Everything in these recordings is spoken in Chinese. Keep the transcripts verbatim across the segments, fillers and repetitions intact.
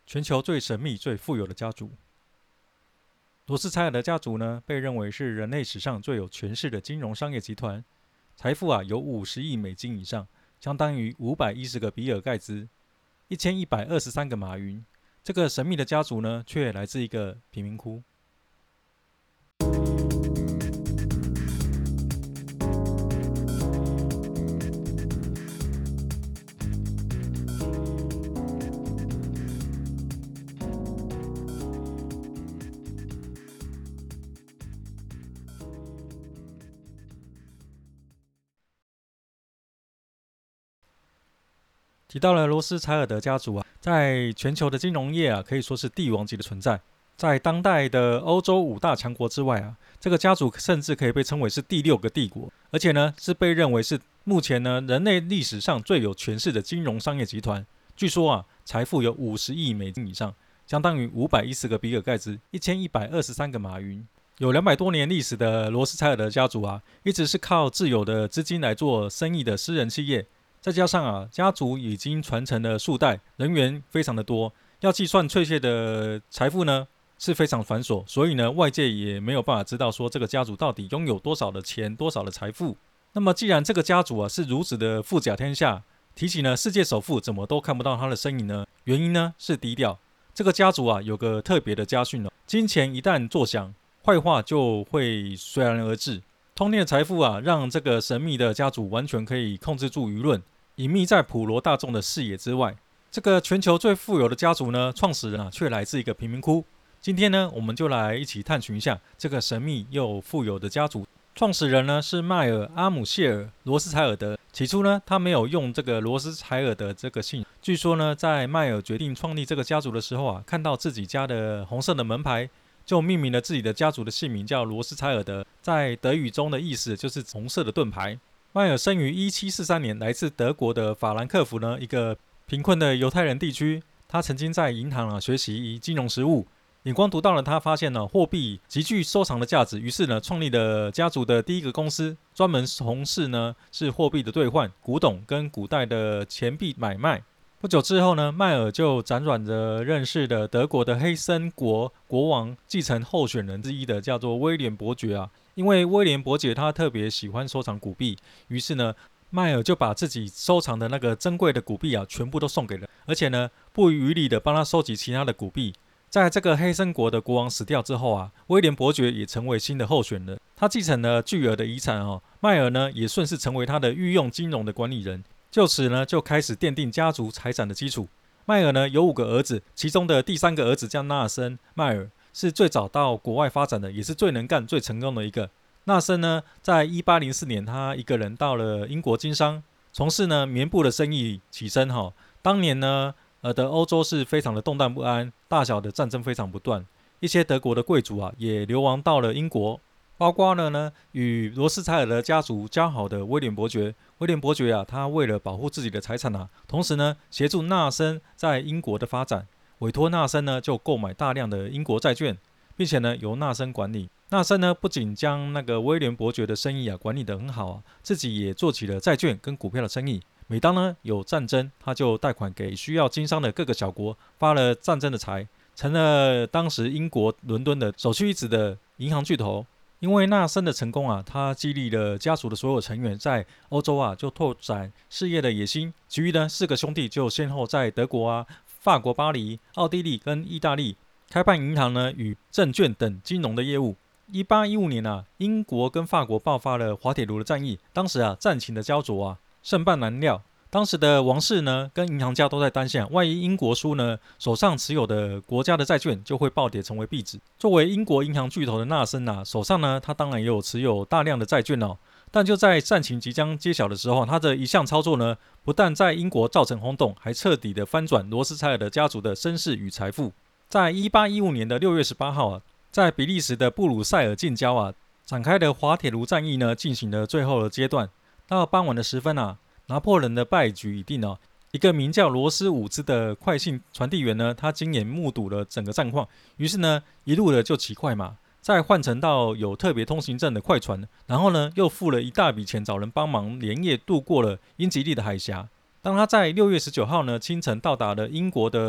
全球最神秘、最富有的家族。罗斯柴尔德家族呢，被认为是人类史上最有权势的金融商业集团，财富啊有五十亿美金以上，相当于五百一十个比尔盖茨，一千一百二十三个马云。这个神秘的家族呢，却来自一个贫民窟。提到了罗斯柴尔德家族啊，在全球的金融业啊，可以说是帝王级的存在。在当代的欧洲五大强国之外啊，这个家族甚至可以被称为是第六个帝国，而且呢，是被认为是目前呢人类历史上最有权势的金融商业集团。据说啊，财富有五十亿美金以上，相当于五百一十个比尔盖茨，一千一百二十三个马云。有两百多年历史的罗斯柴尔德家族啊，一直是靠自有的资金来做生意的私人企业。再加上啊，家族已经传承了数代，人员非常的多，要计算确切的财富呢是非常繁琐，所以呢，外界也没有办法知道说这个家族到底拥有多少的钱，多少的财富。那么既然这个家族啊是如此的富甲天下，提起呢世界首富怎么都看不到他的身影呢？原因呢是低调。这个家族啊有个特别的家训哦，金钱一旦作响，坏话就会随然而至。通天的财富啊，让这个神秘的家族完全可以控制住舆论，隐秘在普罗大众的视野之外。这个全球最富有的家族呢，创始人啊却来自一个贫民窟。今天呢，我们就来一起探寻一下这个神秘又富有的家族。创始人呢是迈尔·阿姆谢尔·罗斯柴尔德。起初呢，他没有用这个罗斯柴尔德这个姓。据说呢，在迈尔决定创立这个家族的时候啊，看到自己家的红色的门牌，就命名了自己的家族的姓名叫罗斯柴尔德，在德语中的意思就是红色的盾牌。迈尔生于一七四三年，来自德国的法兰克福呢一个贫困的犹太人地区。他曾经在银行啊学习金融实务，眼光独到的他发现呢货币极具收藏的价值，于是呢创立了家族的第一个公司，专门从事呢是货币的兑换、古董跟古代的钱币买卖。不久之后呢，迈尔就辗转着认识了德国的黑森国国王继承候选人之一的叫做威廉伯爵啊。因为威廉伯爵他特别喜欢收藏古币，于是呢，迈尔就把自己收藏的那个珍贵的古币啊，全部都送给了，而且呢，不遗余力的帮他收集其他的古币。在这个黑森国的国王死掉之后啊，威廉伯爵也成为新的候选人，他继承了巨额的遗产哦。迈尔呢，也顺势成为他的御用金融的管理人，就此呢，就开始奠定家族财产的基础。迈尔呢有五个儿子，其中的第三个儿子叫纳森·迈尔。是最早到国外发展的，也是最能干、最成功的一个。纳森呢，在一八零四年，他一个人到了英国经商，从事呢棉布的生意起身哈。当年呢，呃的欧洲是非常的动荡不安，大小的战争非常不断，一些德国的贵族啊也流亡到了英国，包括了呢与罗斯柴尔德家族交好的威廉伯爵。威廉伯爵啊，他为了保护自己的财产啊，同时呢协助纳森在英国的发展。委托纳森呢，就购买大量的英国债券，并且呢由纳森管理。纳森呢不仅将那个威廉伯爵的生意啊管理得很好啊，自己也做起了债券跟股票的生意。每当呢有战争，他就贷款给需要经商的各个小国，发了战争的财，成了当时英国伦敦的首屈一指的银行巨头。因为纳森的成功啊，他激励了家族的所有成员在欧洲啊就拓展事业的野心。其余呢四个兄弟就先后在德国啊、法国巴黎、奥地利跟意大利开办银行呢与证券等金融的业务。一八一五年啊，英国跟法国爆发了滑铁卢的战役，当时啊战情的焦灼啊，胜败难料。当时的王室呢跟银行家都在担心，万一英国输呢，手上持有的国家的债券就会暴跌成为币纸。作为英国银行巨头的纳森啊，手上呢他当然也有持有大量的债券哦。但就在战情即将揭晓的时候，他的一项操作呢，不但在英国造成轰动，还彻底的翻转罗斯柴尔德家族的身世与财富。在一八一五年的六月十八号啊，在比利时的布鲁塞尔近郊啊，展开的滑铁卢战役呢，进行了最后的阶段。到傍晚的时分啊，拿破仑的败局已定哦。一个名叫罗斯伍兹的快信传递员呢，他亲眼目睹了整个战况，于是呢，一路的就骑快马，再换乘到有特别通行证的快船，然后呢，又付了一大笔钱找人帮忙，连夜渡过了英吉利的海峡。当他在六月十九号呢清晨到达了英国的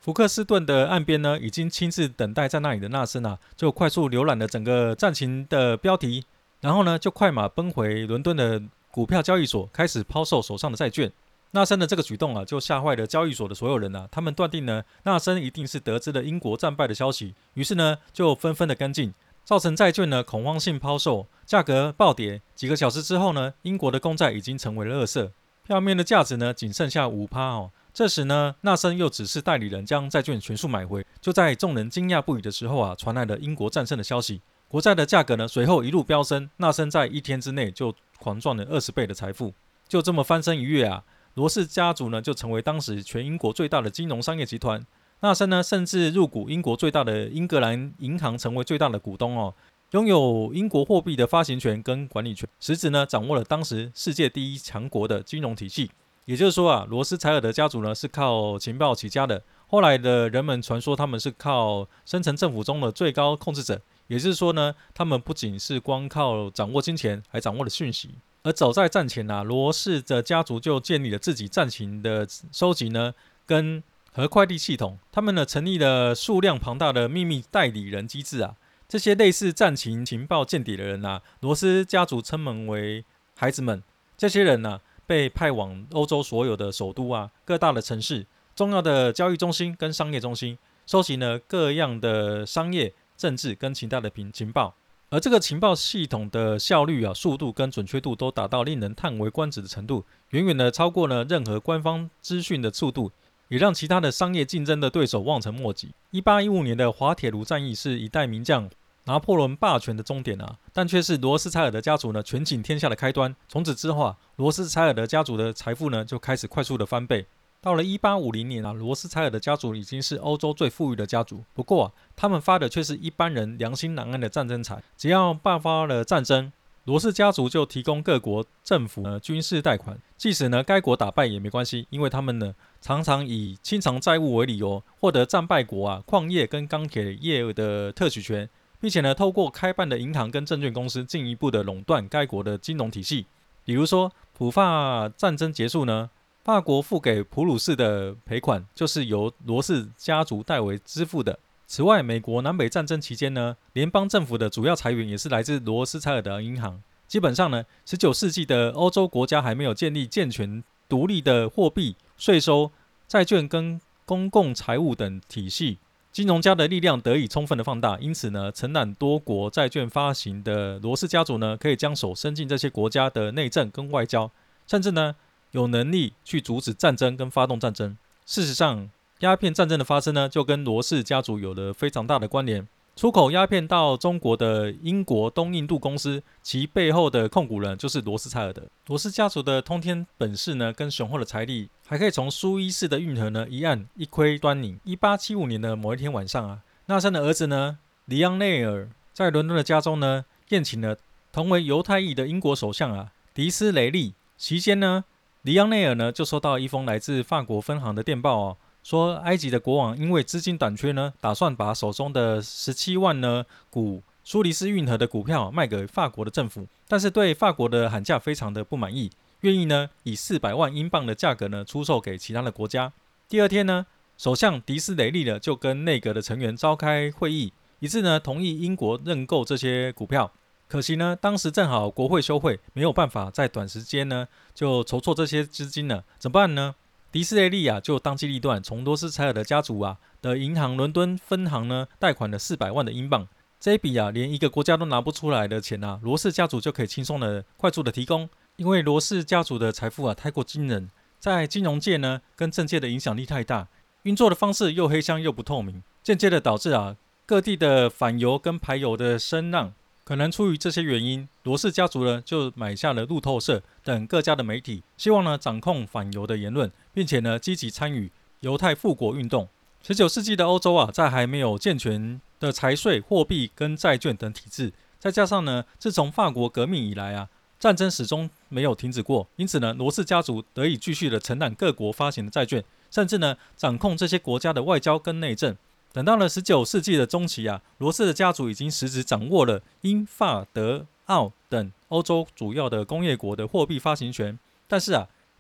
福克斯顿的岸边呢，已经亲自等待在那里的纳森啊，就快速浏览了整个战情的标题，然后呢，就快马奔回伦敦的股票交易所，开始抛售手上的债券。纳森的这个举动啊，就吓坏了交易所的所有人啊，他们断定呢，纳森一定是得知了英国战败的消息，于是呢，就纷纷的跟进，造成债券呢恐慌性抛售，价格暴跌。几个小时之后呢，英国的公债已经成为了垃圾，票面的价值呢仅剩下 百分之五 哦。这时呢，纳森又指示代理人将债券全数买回。就在众人惊讶不已的时候啊，传来了英国战胜的消息，国债的价格呢随后一路飙升，纳森在一天之内就狂赚了二十倍的财富。就这么翻身一跃啊，罗氏家族呢就成为当时全英国最大的金融商业集团。纳森呢甚至入股英国最大的英格兰银行，成为最大的股东哦，拥有英国货币的发行权跟管理权，实质呢掌握了当时世界第一强国的金融体系。也就是说啊，罗斯柴尔德家族呢是靠情报起家的，后来的人们传说他们是靠深层政府中的最高控制者，也就是说呢，他们不仅是光靠掌握金钱，还掌握了讯息。而早在战前啊，罗氏的家族就建立了自己战情的收集呢，跟和快递系统，他们呢成立了数量庞大的秘密代理人机制啊，这些类似战情情报间谍的人啊，罗斯家族称门为孩子们，这些人啊被派往欧洲所有的首都啊、各大的城市、重要的交易中心跟商业中心，收集了各样的商业、政治跟其他的情报。而这个情报系统的效率啊、速度跟准确度都达到令人叹为观止的程度，远远的超过了任何官方资讯的速度，也让其他的商业竞争的对手望尘莫及。一八一五年的滑铁卢战役是一代名将拿破仑霸权的终点啊，但却是罗斯柴尔德家族呢权倾天下的开端。从此之后啊，罗斯柴尔德家族的财富呢就开始快速的翻倍。到了一八五零年啊，罗斯柴尔德家族已经是欧洲最富裕的家族。不过啊，他们发的却是一般人良心难安的战争财。只要爆发了战争，罗斯家族就提供各国政府呢军事贷款，即使呢该国打败也没关系，因为他们呢常常以清偿债务为理由，获得战败国啊矿业跟钢铁业的特许权。并且呢，透过开办的银行跟证券公司，进一步的垄断该国的金融体系。比如说，普法战争结束呢，法国付给普鲁士的赔款就是由罗氏家族代为支付的。此外，美国南北战争期间呢，联邦政府的主要财源也是来自罗斯柴尔德银行。基本上呢，十九世纪的欧洲国家还没有建立健全独立的货币、税收、债券跟公共财务等体系。金融家的力量得以充分的放大，因此呢，承揽多国债券发行的罗氏家族呢，可以将手伸进这些国家的内政跟外交，甚至呢，有能力去阻止战争跟发动战争。事实上，鸦片战争的发生呢，就跟罗氏家族有了非常大的关联。出口鸦片到中国的英国东印度公司，其背后的控股人就是罗斯柴尔德。罗斯家族的通天本事呢，跟雄厚的财力，还可以从苏伊士的运河呢一案一窥端倪。一八七五年的某一天晚上啊，纳森的儿子呢，里昂内尔在伦敦的家中呢，宴请了同为犹太裔的英国首相啊，迪斯雷利。期间呢，里昂内尔呢就收到一封来自法国分行的电报哦。说埃及的国王因为资金短缺呢，打算把手中的十七万呢股苏黎世运河的股票卖给法国的政府，但是对法国的喊价非常的不满意，愿意呢以四百万英镑的价格呢出售给其他的国家。第二天呢，首相迪斯雷利呢就跟内阁的成员召开会议，一致呢同意英国认购这些股票。可惜呢，当时正好国会休会，没有办法在短时间呢就筹措这些资金了，怎么办呢？迪斯雷利啊，就当机立断，从罗斯柴尔德家族啊的银行伦敦分行呢贷款了四百万的英镑。这一笔啊，连一个国家都拿不出来的钱啊，罗氏家族就可以轻松的、快速的提供。因为罗氏家族的财富啊太过惊人，在金融界呢跟政界的影响力太大，运作的方式又黑箱又不透明，间接的导致啊各地的反犹跟排犹的声浪。可能出于这些原因，罗氏家族呢就买下了路透社等各家的媒体，希望呢掌控反犹的言论，并且呢积极参与犹太复国运动。十九世纪的欧洲啊，在还没有健全的财税、货币跟债券等体制，再加上呢，自从法国革命以来啊，战争始终没有停止过，因此呢，罗氏家族得以继续的承揽各国发行的债券，甚至呢掌控这些国家的外交跟内政。等到了十九世纪的中期啊，罗氏的家族已经实质掌握了英、法、德、奥等欧洲主要的工业国的货币发行权。但是啊，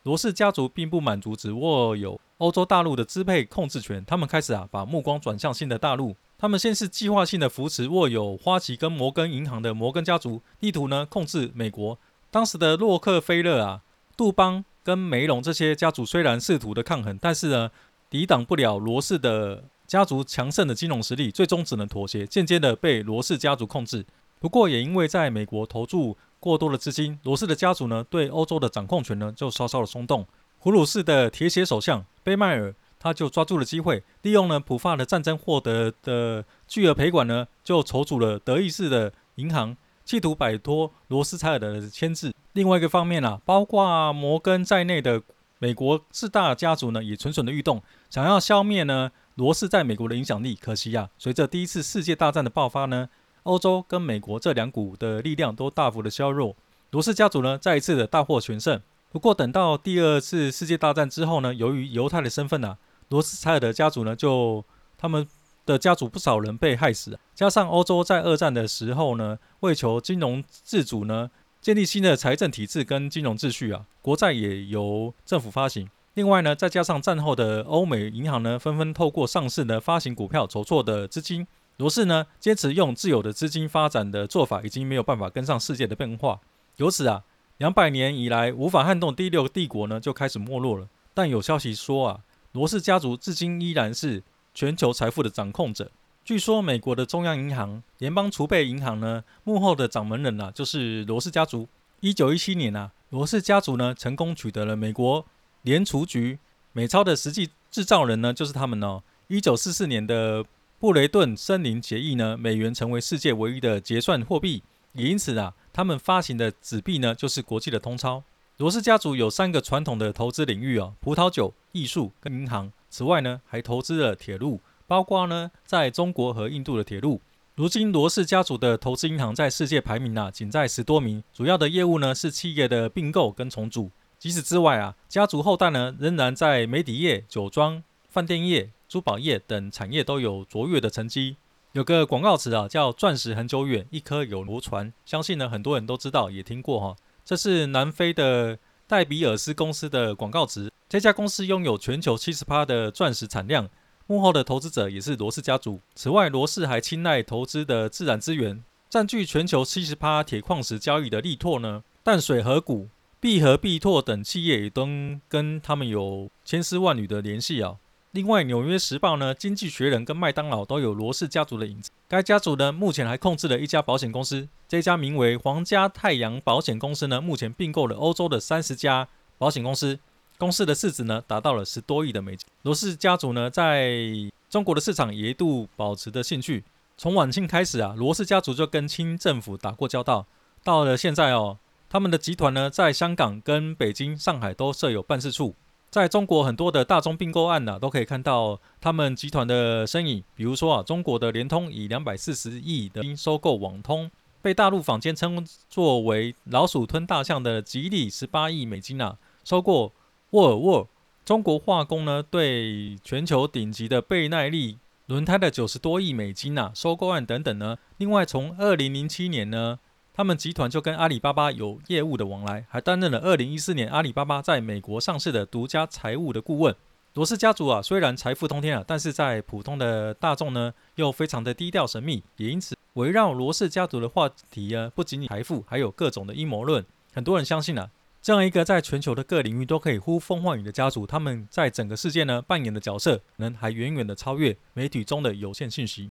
罗氏家族并不满足只握有欧洲大陆的支配控制权，他们开始啊把目光转向新的大陆。他们先是计划性的扶持握有花旗跟摩根银行的摩根家族，力图呢控制美国。当时的洛克菲勒啊、杜邦跟梅隆这些家族虽然试图的抗衡，但是呢抵挡不了罗氏的家族强盛的金融实力，最终只能妥协，间接的被罗氏家族控制。不过也因为在美国投注过多的资金，罗氏的家族呢对欧洲的掌控权呢就稍稍的松动。胡鲁士的铁血首相贝迈尔他就抓住了机会，利用呢普法的战争获得的巨额赔款呢，就筹组了德意志的银行，企图摆脱罗斯柴尔德的牵制。另外一个方面啊，包括摩根在内的美国四大家族呢，也蠢蠢的欲动，想要消灭呢罗氏在美国的影响力。可惜啊，随着第一次世界大战的爆发呢，欧洲跟美国这两股的力量都大幅的削弱，罗氏家族呢再一次的大获全胜。不过等到第二次世界大战之后呢，由于犹太的身份啊，罗斯柴尔德家族呢就他们的家族不少人被害死，加上欧洲在二战的时候呢，为求金融自主呢，建立新的财政体制跟金融秩序啊，国债也由政府发行。另外呢，再加上战后的欧美银行呢，纷纷透过上市呢发行股票筹措的资金，罗氏呢坚持用自有的资金发展的做法，已经没有办法跟上世界的变化。由此啊，两百年以来无法撼动第六个帝国呢，就开始没落了。但有消息说啊，罗氏家族至今依然是全球财富的掌控者。据说美国的中央银行、联邦储备银行呢，幕后的掌门人啊，就是罗氏家族。一九一七年啊，罗氏家族呢成功取得了美国联储局美钞的实际制造人呢，就是他们哦。一九四四年的布雷顿森林协议呢，美元成为世界唯一的结算货币，也因此啊，他们发行的纸币呢，就是国际的通钞。罗氏家族有三个传统的投资领域哦，葡萄酒、艺术跟银行。此外呢，还投资了铁路，包括呢在中国和印度的铁路。如今罗氏家族的投资银行在世界排名啊，仅在十多名，主要的业务呢是企业的并购跟重组。除此之外啊，家族后代呢仍然在媒体业、酒庄、饭店业、珠宝业等产业都有卓越的成绩。有个广告词啊，叫钻石很久远，一颗有螺船，相信呢很多人都知道，也听过哈。这是南非的戴比尔斯公司的广告词。这家公司拥有全球 百分之七十 的钻石产量，幕后的投资者也是罗氏家族。此外，罗氏还青睐投资的自然资源，占据全球 百分之七十 铁矿石交易的力拓呢，淡水河谷、必和必拓等企业也都跟他们有千丝万缕的联系啊。另外，《纽约时报》呢、《经济学人》跟麦当劳都有罗氏家族的影子。该家族呢，目前还控制了一家保险公司，这家名为皇家太阳保险公司呢，目前并购了欧洲的三十家保险公司，公司的市值呢达到了十多亿的美金。罗氏家族呢，在中国的市场也一度保持着兴趣。从晚清开始啊，罗氏家族就跟清政府打过交道，到了现在哦，他们的集团呢，在香港、跟北京、上海都设有办事处。在中国很多的大宗并购案啊，都可以看到他们集团的身影。比如说啊，中国的联通以两百四十亿的收购网通，被大陆坊间称作为老鼠吞大象的吉利十八亿美金啊，收购沃尔沃。中国化工呢，对全球顶级的倍耐力轮胎的九十多亿美金啊，收购案等等呢。另外，从二零零七年呢，他们集团就跟阿里巴巴有业务的往来，还担任了二零一四年阿里巴巴在美国上市的独家财务的顾问。罗氏家族啊，虽然财富通天啊，但是在普通的大众呢，又非常的低调神秘。也因此，围绕罗氏家族的话题呢，不仅仅财富，还有各种的阴谋论。很多人相信啊，这样一个在全球的各领域都可以呼风唤雨的家族，他们在整个世界呢扮演的角色，能还远远的超越媒体中的有限信息。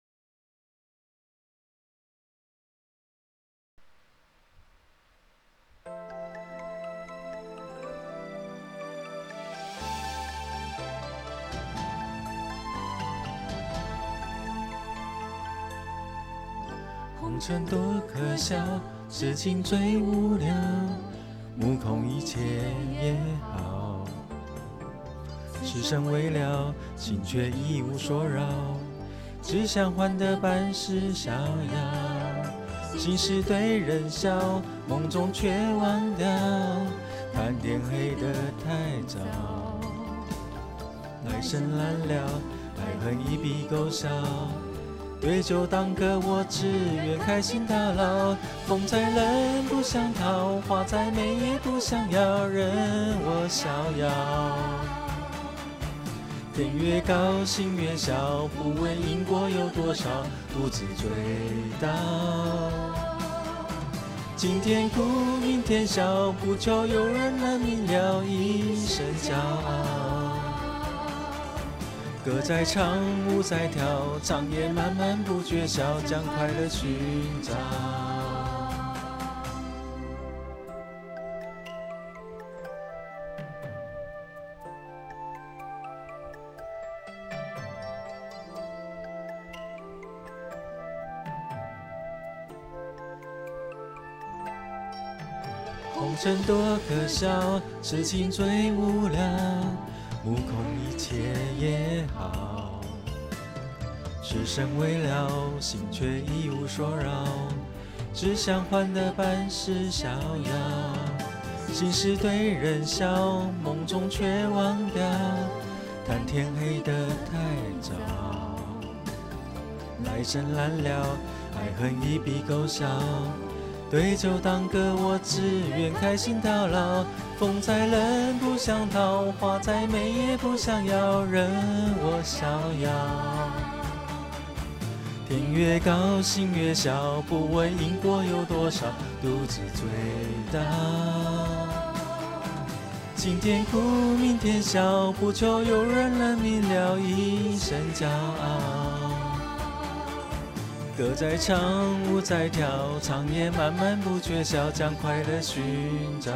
红尘多可笑，痴情最无聊，目空一切也好，此生未了，心却一无所扰，只想换得半世逍遥。心事对人笑，梦中却忘掉，看天黑得太早，来生难料，爱恨一笔勾销。 对酒当歌，我只愿开心到老。风再冷不想逃，花再美也不想要，任我逍遥。天越高，心越小，不问因果有多少，独自醉倒。今天哭，明天笑，不求有人能明了，一生骄傲。歌在唱，舞在跳，长夜漫漫不觉晓，将快乐寻找。红尘多可笑，痴情最无聊，目空一切也好。只身未了，心却一无所扰，只想换得半世逍遥。心事对人笑，梦中却忘掉，叹天黑得太早。来生难了，爱恨一笔勾销。对酒当歌，我只愿开心到老。风再冷不想逃，花再美也不想要，任我逍遥。天越高，心越小，不问因果有多少，独自醉倒。今天哭，明天笑，不求有人能明了，一生骄傲。歌在唱，舞在跳，长夜漫漫不觉晓，将快乐寻找。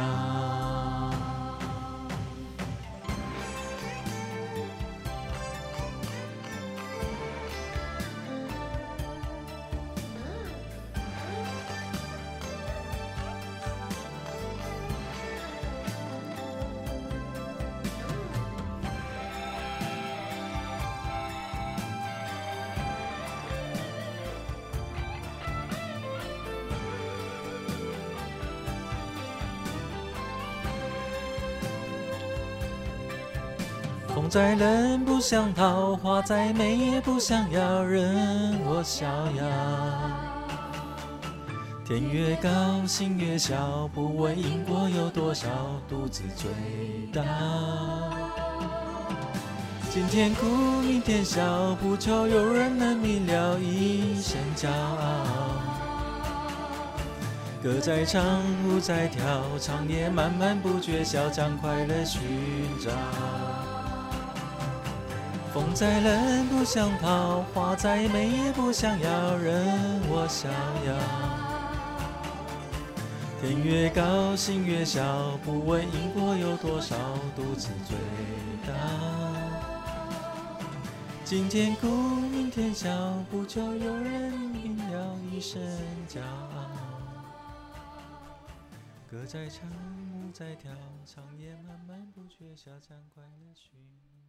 风再冷不想逃，花再美也不想要，任我逍遥。天越高，心越小，不问因果有多少，独自醉倒。今天哭，明天笑，不求有人能明了，一生骄傲。歌在唱，舞在跳，长夜漫漫不觉晓，将快乐寻找。风再冷不想逃，花再美也不想要，任我逍遥。天越高，心越小，不问因果有多少，独自醉倒。今天哭，明天笑，不求有人明了，一生骄傲。歌在唱，舞在跳，长夜漫漫不觉晓，将快乐寻找。